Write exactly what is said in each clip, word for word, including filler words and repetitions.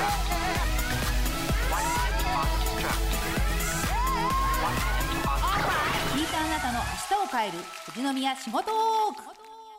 聞いたあなたの明日を変える富士宮仕事トーク。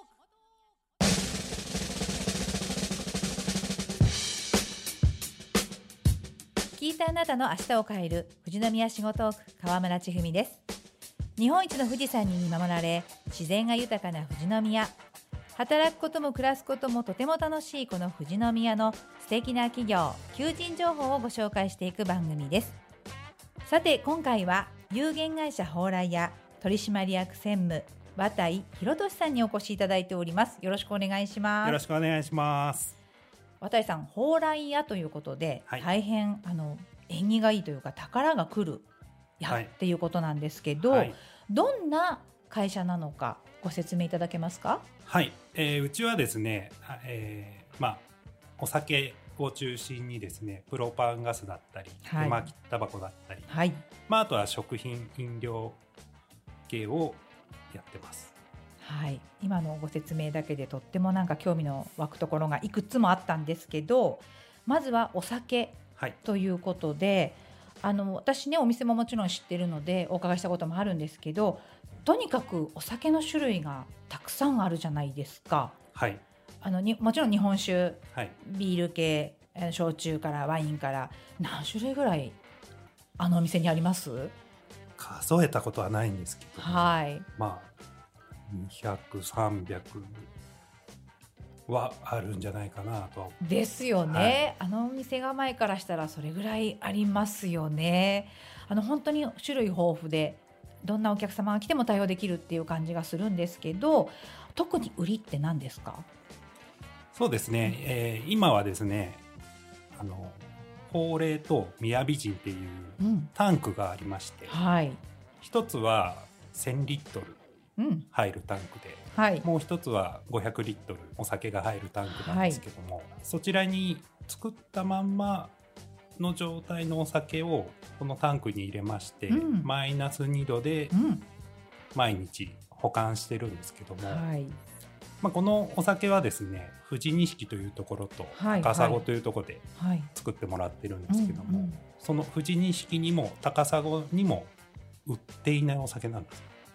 聞いたあなたの明日を変える富士宮仕事トーク、川村千文です。日本一の富士山に見守られ、自然が豊かな富士宮。働くことも暮らすこともとても楽しいこの富士宮の素敵な企業、求人情報をご紹介していく番組です。さて今回は有限会社蓬莱屋取締役専務綿井博俊さんにお越しいただいております。よろしくお願いします。 よろしくお願いします。 綿井さん、蓬莱屋ということで、はい、大変あの縁起がいいというか宝が来る屋、はい、っていうことなんですけど、はい、どんな会社なのかご説明いただけますか？ はい、えー、うちはですね、えーまあ、お酒を中心にですね、プロパンガスだったり、手巻きタバコだったり、はい、まあ、あとは食品飲料系をやってます。 はい、今のご説明だけでとってもなんか興味の湧くところがいくつもあったんですけど、まずはお酒ということで、はい、あの私ねお店ももちろん知ってるのでお伺いしたこともあるんですけど、とにかくお酒の種類がたくさんあるじゃないですか。 はい、 あのにもちろん日本酒、 はい、 ビール系、焼酎からワインから何種類ぐらいあのお店にあります？ 数えたことはないんですけど、 はい、 まあにひゃく、さんびゃくはあるんじゃないかなと。 ですよね、はい、あのお店構えからしたらそれぐらいありますよね。あの本当に種類豊富でどんなお客様が来ても対応できるっていう感じがするんですけど、特に売りって何ですか？ そうですね、えー、今はですね、あの蓬莱と雅美人っていうタンクがありまして、うん、はい、一つはせんリットル入るタンクで、うん、はい、もう一つはごひゃくリットルお酒が入るタンクなんですけども、はい、そちらに作ったまんまの状態のお酒をこのタンクに入れまして、うん、マイナスにどで毎日保管してるんですけども、はい、まあ、このお酒はですね、富士錦というところと高砂というところで作ってもらってるんですけども、はいはい、その富士錦にも高砂にも売っていないお酒なんです、うん、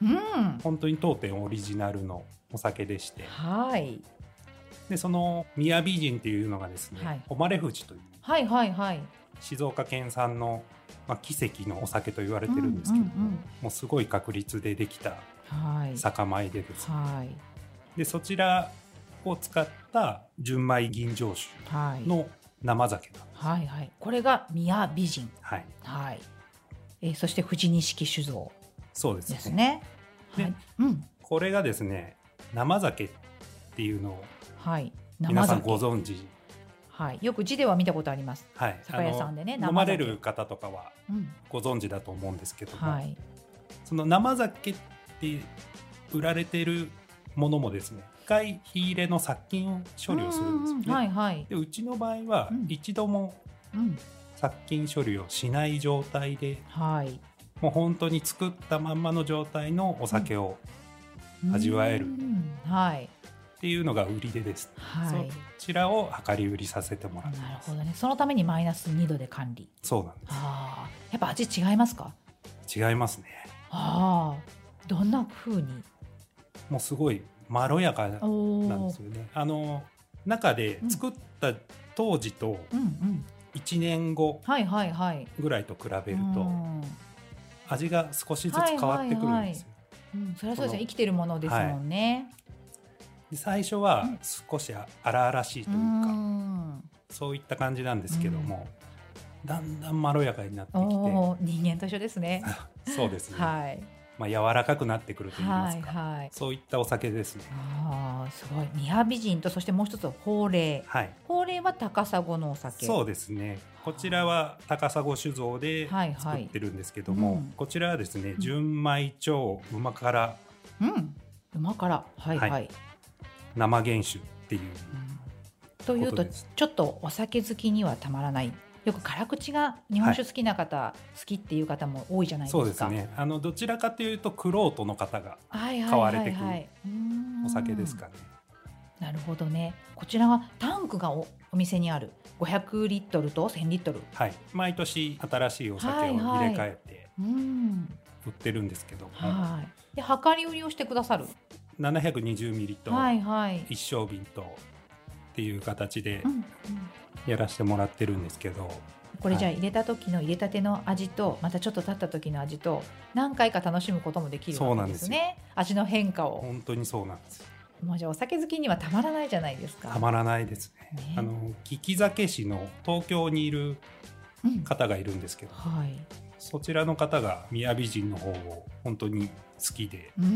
本当に当店オリジナルのお酒でして、はい、でその雅美人っていうのがですね、はい、誉富士という、はいはいはい、静岡県産の、まあ、奇跡のお酒と言われてるんですけども、うんうんうん、もうすごい確率でできた酒米でですね、はい、でそちらを使った純米吟醸酒の生酒なんです、はいはいはい、これが雅美人、はいはい、えー、そして富士錦酒造そうですね、ですね、で、はい、うん、これがですね生酒っていうのを皆さんご存知、 はい、よく字では見たことあります、はい、酒屋さんでね、 飲まれる方とかはご存知だと思うんですけども、うん、はい、その生酒って売られてるものもですね、一回火入れの殺菌処理をするんですよね、うんうん、はいはい、でうちの場合は一度も殺菌処理をしない状態で、うん、はい、もう本当に作ったまんまの状態のお酒を味わえる、うん、はい、っていうのが売りでです、はい、そちらを量り売りさせてもらってます。なるほどね、そのためにマイナスにどで管理。そうなんです。あ、 やっぱ味違いますか？ 違いますね。 あ、どんな風に？ もうすごいまろやかなんですよね。あの中で作った当時といちねんごぐらいと比べると味が少しずつ変わってくるんですよ。 それはそうですね、生きてるものですもんね、はい、 で最初は少し荒々しいというか、うん、そういった感じなんですけども、うん、だんだんまろやかになってきて、 人間と一緒ですねそうですね、はい、まあ、柔らかくなってくるといいますか、はいはい、そういったお酒ですね。 あ、すごい。雅美人とそしてもう一つ蓬莱、はい、蓬莱は高砂のお酒。 そうですね、こちらは高砂酒造で作ってるんですけども、はいはい、うん、こちらはですね、純米超うま辛、 うん、うま辛、はいはい、はい、 生原酒っていう、うん、 というとちょっとお酒好きにはたまらない、よく辛口が日本酒好きな方、はい、好きっていう方も多いじゃないですか。 そうですね、あのどちらかというと玄人の方が買われてくるお酒ですかね。 なるほどね。こちらはタンクが お, お店にある。 ごひゃくリットルとせんリットル、 はい、毎年新しいお酒を入れ替えて売ってるんですけども、 はい、で量り売りをしてくださるななひゃくにじゅうミリと一升瓶とっていう形でやらせてもらってるんですけど、 これじゃあ入れた時の入れたての味とまたちょっと経った時の味と何回か楽しむこともできるわけですね。味の変化を。 本当にそうなんです。 もうじゃあお酒好きにはたまらないじゃないですか。 たまらないですね。ね、あの利き酒師の東京にいる方がいるんですけど、うんはい、そちらの方がみやび人の方を本当に好きで、うん、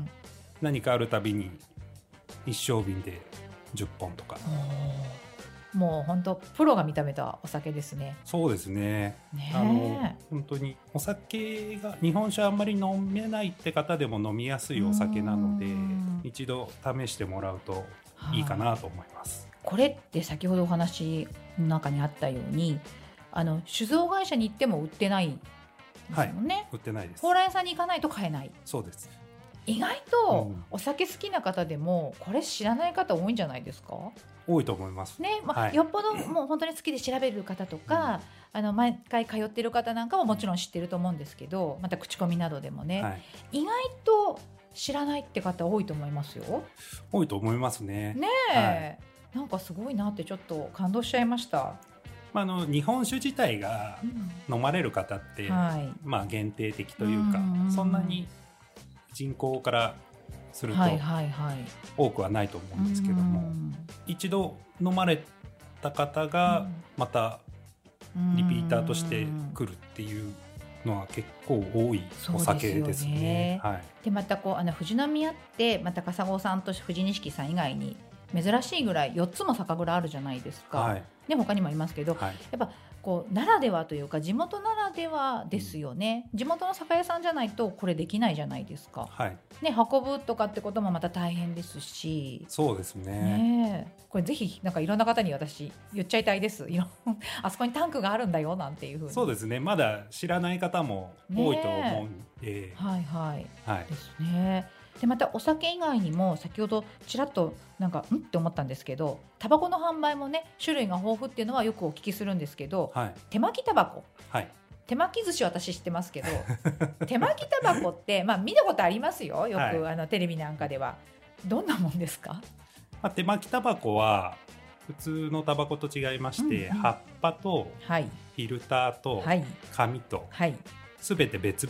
何かあるたびに一升瓶でじゅっぽんとか。 もう本当プロが認めたお酒ですね。 そうですね。ねあの本当にお酒が日本酒あんまり飲めないって方でも飲みやすいお酒なので、一度試してもらうといいかなと思います。 これって先ほどお話の中にあったように、あの酒造会社に行っても売ってないですよね。はい、 売ってないです。 ホーラー屋さんに行かないと買えない。 そうです。 意外とお酒好きな方でもこれ知らない方多いんじゃないですか？ 多いと思いますね、まあはい、よっぽどもう本当に好きで調べる方とか、うん、あの毎回通ってる方なんかももちろん知ってると思うんですけど、また口コミなどでもね、はい、意外と知らないって方多いと思いますよ。 多いと思いますね。 ねえ、はい、なんかすごいなってちょっと感動しちゃいました。 まあ、あの日本酒自体が飲まれる方って、うんはい、まあ、限定的というか、うんうん、そんなに人口からすると多くはないと思うんですけども、はいはいはい、一度飲まれた方がまたリピーターとして来るっていうのは結構多いお酒ですね。 ねはい、でまたこうあの富士宮ってまた笠郷さんと富士錦さん以外に珍しいぐらいよっつも酒蔵あるじゃないですか。はい、で他にもいますけど、はい、やっぱこうならではというか地元ならではですよね、うん、地元の酒屋さんじゃないとこれできないじゃないですか、はいね、運ぶとかってこともまた大変ですし。 そうです ね, ねこれぜひなんかいろんな方に私言っちゃいたいです。あそこにタンクがあるんだよなんていうふうに。 そうですね、まだ知らない方も多いと思うんで、 はいはい、はい、ですね。でまたお酒以外にも先ほどちらっとなんかんって思ったんですけど、タバコの販売もね種類が豊富っていうのはよくお聞きするんですけど、はい、手巻きタバコ、はい、手巻き寿司私知ってますけど手巻きタバコって、まあ、見たことありますよよく、はい、あのテレビなんかでは。どんなもんですか？ まあ、手巻きタバコは普通のタバコと違いまして、うんうん、葉っぱとフィルターと紙と、はい、全て別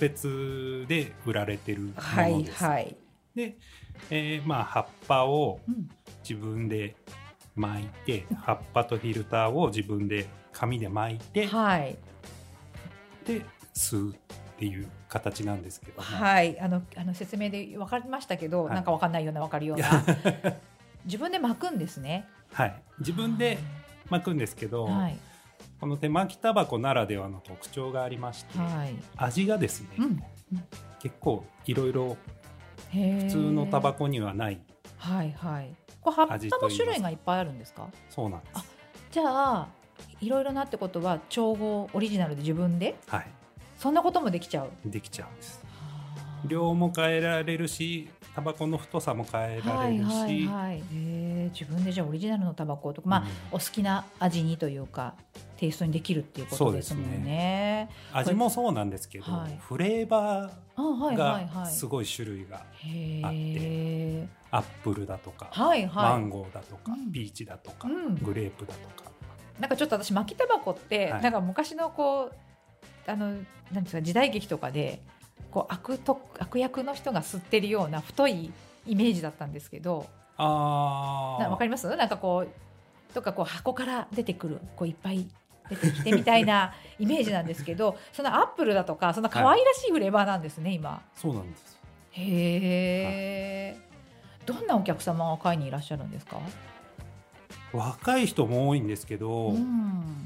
々で売られてるものです。はいはいでえーまあ、葉っぱを自分で巻いて、うん、葉っぱとフィルターを自分で紙で巻いて、はい、で吸うっていう形なんですけども、 はい、あのあの説明で分かりましたけど、はい、なんか分かんないような分かるような自分で巻くんですね。 はい、自分で巻くんですけど、はい、この手巻きタバコならではの特徴がありまして、はい、味がですね、うん、結構いろいろ普通のタバコにはない、 はいはい、これ葉っぱの種類がいっぱいあるんですか？ そうなんです。あ、 じゃあいろいろなってことは調合オリジナルで自分で、はい、そんなこともできちゃうできちゃうんです。量も変えられるし、タバコの太さも変えられるし、はいはいはい、 へ自分でじゃあオリジナルのタバコとか、まあうん、お好きな味にというかテイストにできるっていうことですもん ね, ね味もそうなんですけど、はい、フレーバーがすごい種類があって、はいはいはい、アップルだとか、はいはい、マンゴーだとか、うん、ピーチだとか、うん、グレープだとか。 なんかちょっと私巻きタバコって、はい、なんか昔のこうあのなんですか時代劇とかでこう 悪, と悪役の人が吸ってるような太いイメージだったんですけど、あなわかります？なんかこうとかこう箱から出てくるこういっぱい出てきてみたいなイメージなんですけどそのアップルだとかそんな可愛らしいフレーバーなんですね、はい、今。 そうなんです。 へえ、はい、どんなお客様が買いにいらっしゃるんですか？ 若い人も多いんですけど、うん、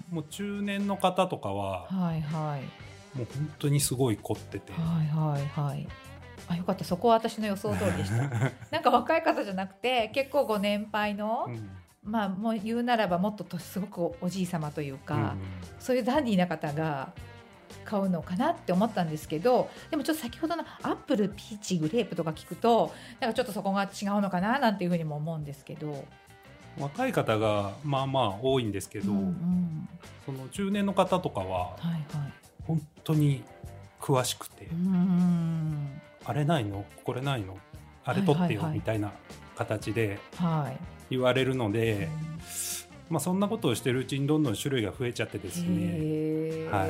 もう中年の方とかは、はいはい、もう本当にすごい凝ってて、はいはいはい、 あよかった、そこは私の予想通りでしたなんか若い方じゃなくて結構ご年配の、うん、まあもう言うならばもっとすごくおじい様というか、うん、そういうダンディーな方が買うのかなって思ったんですけど、でもちょっと先ほどのアップル、ピーチ、グレープとか聞くとなんかちょっとそこが違うのかななんていうふうにも思うんですけど。 若い方がまあまあ多いんですけど、うんうん、その中年の方とかは、はいはい、本当に詳しくて、うん、あれないのこれないのあれ取ってよ、はいはいはい、みたいな形で言われるので、はい、まあ、そんなことをしてるうちにどんどん種類が増えちゃってですね、はい、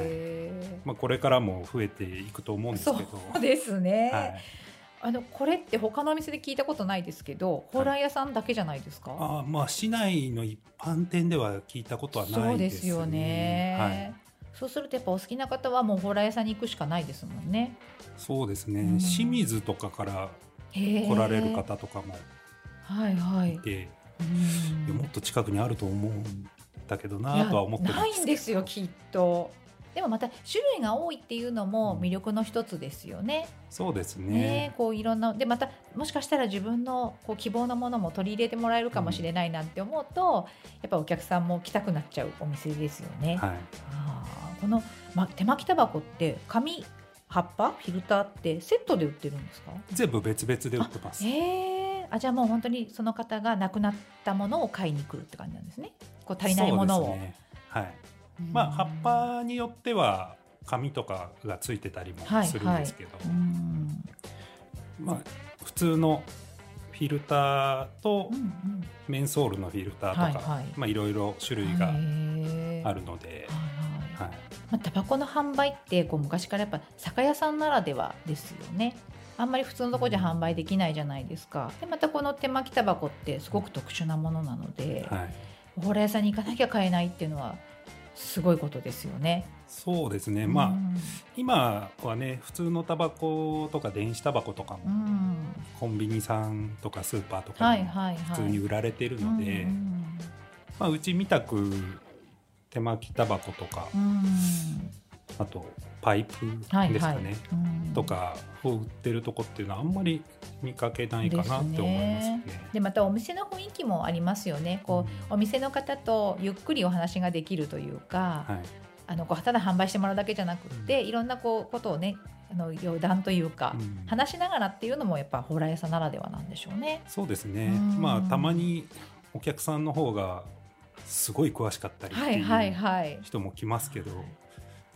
まあ、これからも増えていくと思うんですけど。 そうですね、はい、あのこれって他のお店で聞いたことないですけど、蓬莱屋さんだけじゃないですか？ はい、あ、まあ、市内の一般店では聞いたことはないですね。 そうですよね、はい、そうするとやっぱお好きな方はもう蓬莱屋さんに行くしかないですもんね。 そうですね、うん、清水とかから来られる方とかもいて、はいはい、うん、もっと近くにあると思うんだけどなとは思ってるんですけど。 ないんですよきっと。でもまた種類が多いっていうのも魅力の一つですよね、 うん、そうです ね, ね、こういろんなでまたもしかしたら自分のこう希望のものも取り入れてもらえるかもしれないなんて思うと、うん、やっぱお客さんも来たくなっちゃうお店ですよね、はい、あこの、ま、手巻きタバコって紙葉っぱフィルターってセットで売ってるんですか？ 全部別々で売ってます。 あ、へー、あ、じゃあもう本当にその方がなくなったものを買いに来るって感じなんですね。こう足りないものを。そうですね、はい、 まあ、葉っぱによっては紙とかがついてたりもするんですけど、はいはい、うんまあ、普通のフィルターとメンソールのフィルターとか、はいはい、まあ、いろいろ種類があるので、はいはい、 まあ、タバコの販売ってこう昔からやっぱ酒屋さんならではですよね。あんまり普通のところじゃ販売できないじゃないですか。でまたこの手巻きタバコってすごく特殊なものなので、はい、お蓬莱屋さんに行かなきゃ買えないっていうのはすごいことですよね。 そうですね、まあ、うん、今はね普通のタバコとか電子タバコとかも、うん、コンビニさんとかスーパーとかに普通に売られているので、まあ、うちみたく手巻きタバコとか、うん、あとパイプですかね、はいはい、とかを売ってるとこっていうのはあんまり見かけないかなって思いますね。 でまたお店の雰囲気もありますよね。こう、うん、お店の方とゆっくりお話ができるというか、はい、あのこうただ販売してもらうだけじゃなくて、うん、いろんなこうことをねあの余談というか、うん、話しながらっていうのもやっぱ蓬莱屋さんならではなんでしょうね。 そうですね、まあ、たまにお客さんの方がすごい詳しかったりっていう人も来ますけど、はいはいはい、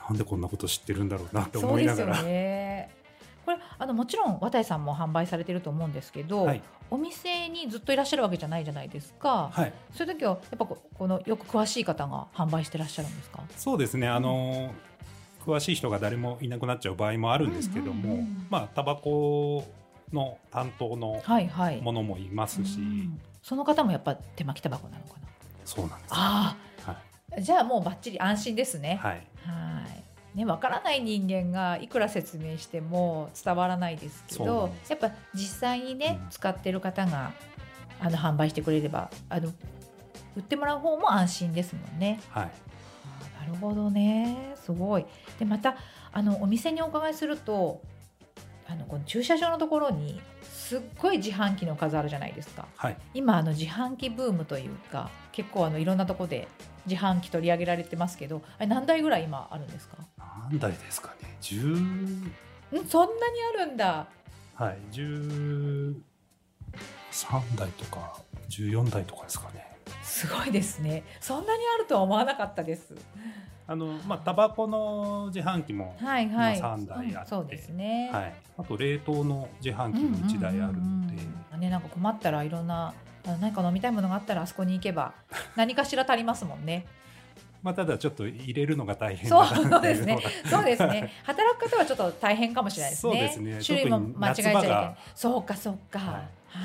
なんでこんなこと知ってるんだろうなって思いながら。 そうですよね。これあのもちろん綿井さんも販売されてると思うんですけど、はい、お店にずっといらっしゃるわけじゃないじゃないですか、はい、そういう時はやっぱこのよく詳しい方が販売してらっしゃるんですか？ そうですね、あの、うん、詳しい人が誰もいなくなっちゃう場合もあるんですけども、うんうんうん、まあタバコの担当のものもいますし、はいはい、うん、 その方もやっぱ手巻きタバコなのかな？ そうなんです。 あ、はい、じゃあもうバッチリ安心ですね。はい、はいね、分からない人間がいくら説明しても伝わらないですけど、やっぱ実際にね、うん、使ってる方があの販売してくれればあの売ってもらう方も安心ですもんね。はい、あ、なるほどね、すごい。でまたあのお店にお伺いするとあのこの駐車場のところにすっごい自販機の数あるじゃないですか。はい、今あの自販機ブームというか結構あのいろんなところで自販機取り上げられてますけど、あれ何台ぐらい今あるんですか？ 何台ですかね。じゅう、 ん、そんなにあるんだ。 はい、じゅうさんだいとかじゅうよんだいとかですかね。 すごいですね。そんなにあるとは思わなかったです。 あのまあタバコの自販機もさんだいあって、 そうですね、 はい、あと冷凍の自販機もいちだいあるので、 ね、なんか困ったらいろんな何か飲みたいものがあったらあそこに行けば何かしら足りますもんね。 まあ、ただちょっと入れるのが大変だなっていうのが、 そうですね、そうですね、働く方はちょっと大変かもしれないですね。 そうですね、 種類も間違えちゃいけない。そうかそうか、はい、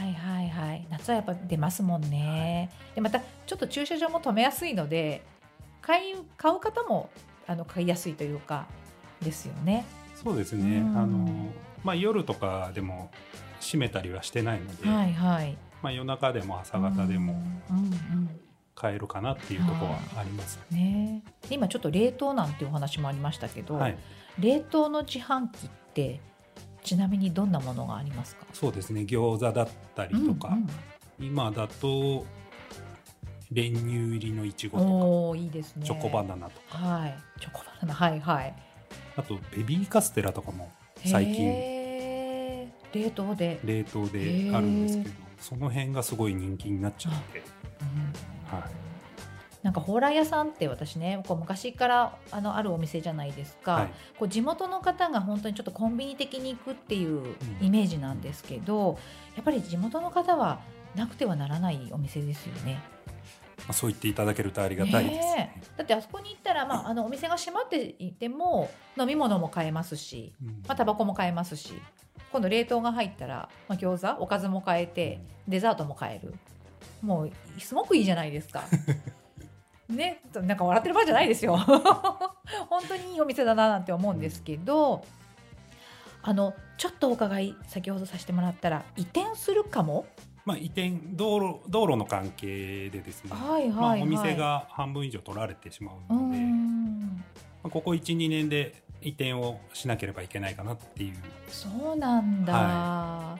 はいはいはい夏はやっぱ出ますもんね、はい、でまたちょっと駐車場も止めやすいので買い買う方もあの買いやすいというかですよね。 そうですね、あの、まあ、夜とかでも閉めたりはしてないので、はいはい、まあ、夜中でも朝方でも、うんうんうん、買えるかなっていうところはあります、ね、 今ちょっと冷凍なんていうお話もありましたけど、はい、冷凍の自販機ってちなみにどんなものがありますか？ そうですね、餃子だったりとか、うんうん、今だと練乳入りのいちごとか、 おいいですね、 チョコバナナとか、 はい、チョコバナナ、はいはい、 あとベビーカステラとかも最近冷凍で冷凍であるんですけど、 その辺がすごい人気になっちゃって、 うんはい、なんか蓬莱屋さんって私ねこう昔からあのあるお店じゃないですか、はい、こう地元の方が本当にちょっとコンビニ的に行くっていうイメージなんですけど、うん、やっぱり地元の方はなくてはならないお店ですよね。 そう言っていただけるとありがたいです、ね、 だってあそこに行ったら、まあ、あのお店が閉まっていても飲み物も買えますし、まあ、タバコも買えますし、今度冷凍が入ったら、まあ、餃子おかずも買えてデザートも買える、もうすごくいいじゃないですかね、なんか笑ってる場合じゃないですよ本当にいいお店だななんて思うんですけど、うん、あのちょっとお伺い先ほどさせてもらったら移転するかも、 まあ、移転 道路、道路の関係でですね、はいはいはい、まあ、お店が半分以上取られてしまうので、まあ、ここ いち,に 年で移転をしなければいけないかなっていう。 そうなんだ、はい、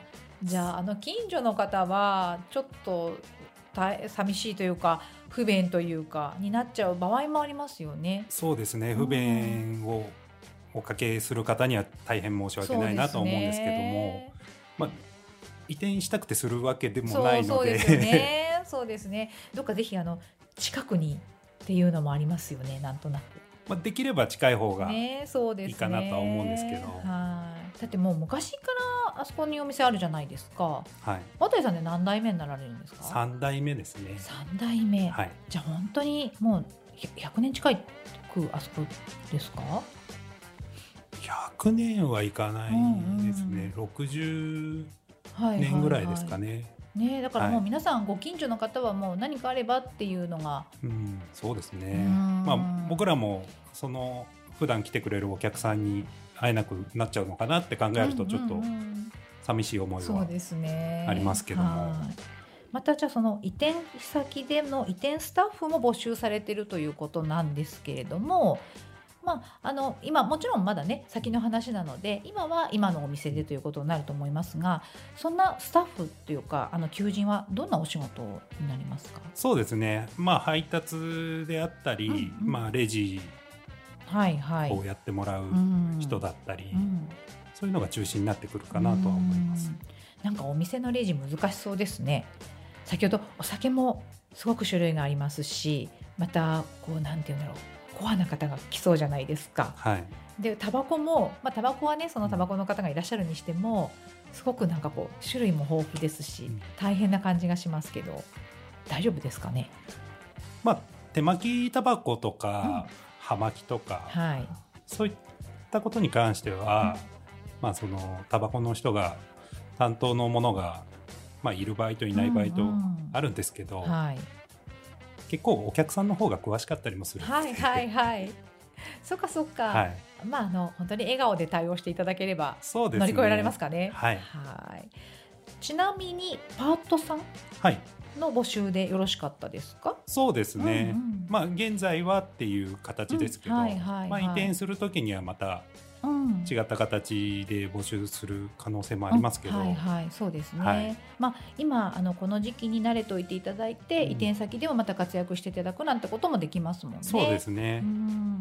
じゃあ、あの近所の方はちょっと寂しいというか不便というかになっちゃう場合もありますよね。 そうですね、不便をおかけする方には大変申し訳ないなと思うんですけども、まあ移転したくてするわけでもないので、 そうですよねそうですね、どっかぜひあの近くにっていうのもありますよね、なんとなく、 まあ、できれば近い方がいいかなとは思うんですけど、ね、 はい、だってもう昔からあそこにお店あるじゃないですか、 はい、 渡井さんで何代目になられるんですか？ さん代目ですね。 さん代目、はい、じゃあ本当にもうひゃくねん近くあそこですか？ ひゃくねんはいかないですね、うんうん、ろくじゅうねんぐらいですかね、はいはいはいね、だからもう皆さんご近所の方はもう何かあればっていうのが、 うん、そうですね、まあ、僕らもその普段来てくれるお客さんに会えなくなっちゃうのかなって考えるとちょっと寂しい思いはありますけども、うんうんうん、そうですね。 またじゃあその移転先での移転スタッフも募集されているということなんですけれども、まあ、あの今もちろんまだね先の話なので今は今のお店でということになると思いますが、そんなスタッフというかあの求人はどんなお仕事になりますか？ そうですね、まあ、配達であったり、うんうん、まあ、レジをやってもらう人だったり、はいはい、うん、そういうのが中心になってくるかなとは思います。 なんかお店のレジ難しそうですね。先ほどお酒もすごく種類がありますし、またこうなんていうんだろう、コアな方が来そうじゃないですか、 はい、 でタバコも、まあ、タバコはねそのタバコの方がいらっしゃるにしてもすごくなんかこう種類も豊富ですし、うん、大変な感じがしますけど大丈夫ですかね？ まあ、手巻きタバコとか、うん、葉巻とか、はい、そういったことに関しては、うん、まあ、そのタバコの人が担当のものが、まあ、いる場合といない場合とあるんですけど、うんうん、はい、結構お客さんの方が詳しかったりもするんです、 はいはいはい、そっかそっか、はい、まあ、あの本当に笑顔で対応していただければ乗り越えられますかね。 はい、 はい、ちなみにパートさんの募集でよろしかったですか？ そうですね、うんうん、まあ、現在はっていう形ですけど、うんはいはいはい、まあ、移転するときにはまた違った形で募集する可能性もありますけど、うんはいはい、 そうですね、はい、まあ、今あのこの時期に慣れておいていただいて、うん、移転先ではまた活躍していただくなんてこともできますもんね。 そうですね、うん、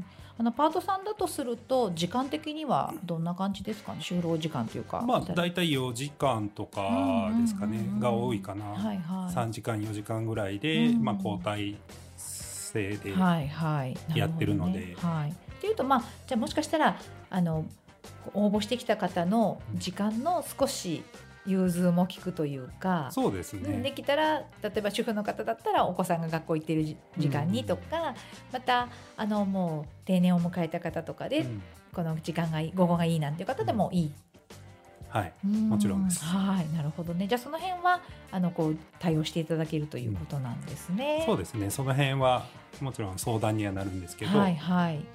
あのパートさんだとすると時間的にはどんな感じですかね？就労時間というか、 まあ、だいたいよじかんとかですかね、うんうんうんうん、が多いかな、はいはい、さんじかんよじかんぐらいで、うん、まあ、交代制でやってるので、はいはい、 はい、っていうと、まあ、じゃあもしかしたらあの応募してきた方の時間の少し融通も利くというか、 そうですね、 できたら例えば主婦の方だったらお子さんが学校行っている時間にとか、うん、またあのもう定年を迎えた方とかで、うん、この時間がいい午後がいいなんていう方でもいい、うん、 はい、もちろんです。 はい、なるほどね。じゃあその辺はあのこう対応していただけるということなんですね、 うん、そうですね、その辺はもちろん相談にはなるんですけど、 はいはい、うん、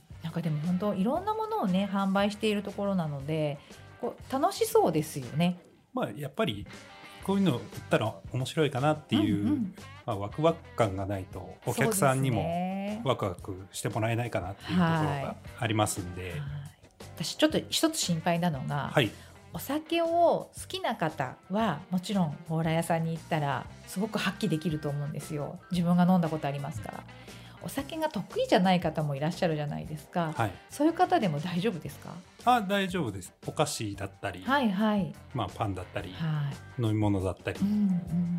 なんかでも本当いろんなものをね販売しているところなのでこう楽しそうですよね。 まあ、やっぱりこういうのを売ったら面白いかなっていう、うんうん、まあ、ワクワク感がないとお客さんにもワクワクしてもらえないかなっていうところがありますんで、はいはい、 私ちょっと一つ心配なのが、はい、お酒を好きな方はもちろん蓬莱屋さんに行ったらすごく発揮できると思うんですよ。自分が飲んだことありますから。 お酒が得意じゃない方もいらっしゃるじゃないですか、 はい、 そういう方でも大丈夫ですか？ あ、大丈夫です。お菓子だったり、 はいはい、 まあ、パンだったり、 はい、 飲み物だったり、うんうん、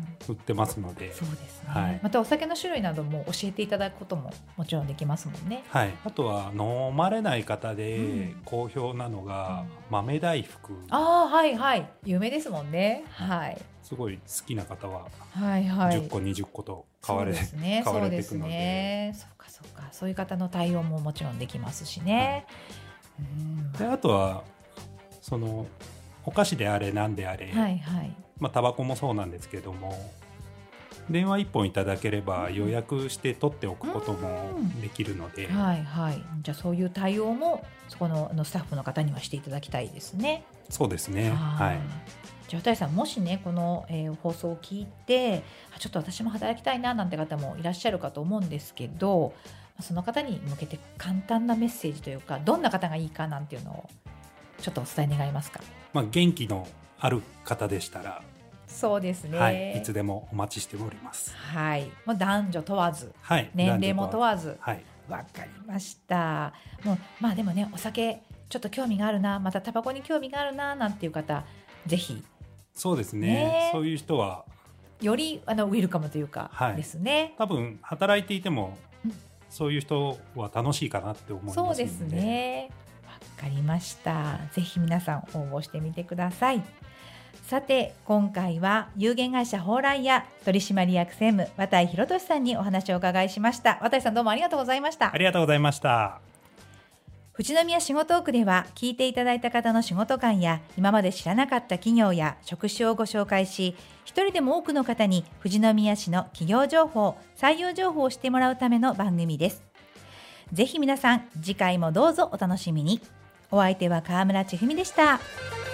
売ってますので。 そうですね、 はい、 またお酒の種類なども教えていただくことももちろんできますもんね。 はい、あとは飲まれない方で好評なのが、うん、豆大福。 あ、はいはい、有名ですもんね。はい、 すごい好きな方ははいはい、 じゅっこにじゅっこと買われ、 そうですね、 買われていくので、そうですね、そうかそうか、そういう方の対応ももちろんできますしね、 はい、うん、であとはそのお菓子であれ何であれ、はいはい、まあタバコもそうなんですけども、電話いっぽんいただければ予約して取っておくこともできるので、 うん、はいはい、じゃあそういう対応もそこ の, のスタッフの方にはしていただきたいですね。 そうですね、はい。 じゃあ渡さん、もしねこの、えー、放送を聞いてちょっと私も働きたいななんて方もいらっしゃるかと思うんですけど、その方に向けて簡単なメッセージというか、どんな方がいいかなんていうのをちょっとお伝え願えますか？ まあ、元気のある方でしたら、 そうですね、 はい、いつでもお待ちしております。 はい、もう男女問わず、 はい、 年齢も問わず、 はい、 わかりました。もうまあでもね、お酒ちょっと興味があるな、またタバコに興味があるななんていう方、ぜひ。 そうです ね, ねそういう人はよりあのウェルカムというか、はい、ですね。 多分働いていても、うん、そういう人は楽しいかなって思いますので。 そうですね、わかりました。ぜひ皆さん応募してみてください。さて今回は有限会社蓬莱屋取締役専務綿井博俊さんにお話をお伺いしました。綿井さん、どうもありがとうございました。 ありがとうございました。 富士宮仕事トークでは、聞いていただいた方の仕事観や今まで知らなかった企業や職種をご紹介し、一人でも多くの方に富士宮市の企業情報、採用情報を知ってもらうための番組です。ぜひ皆さん次回もどうぞお楽しみに。お相手は川村千文でした。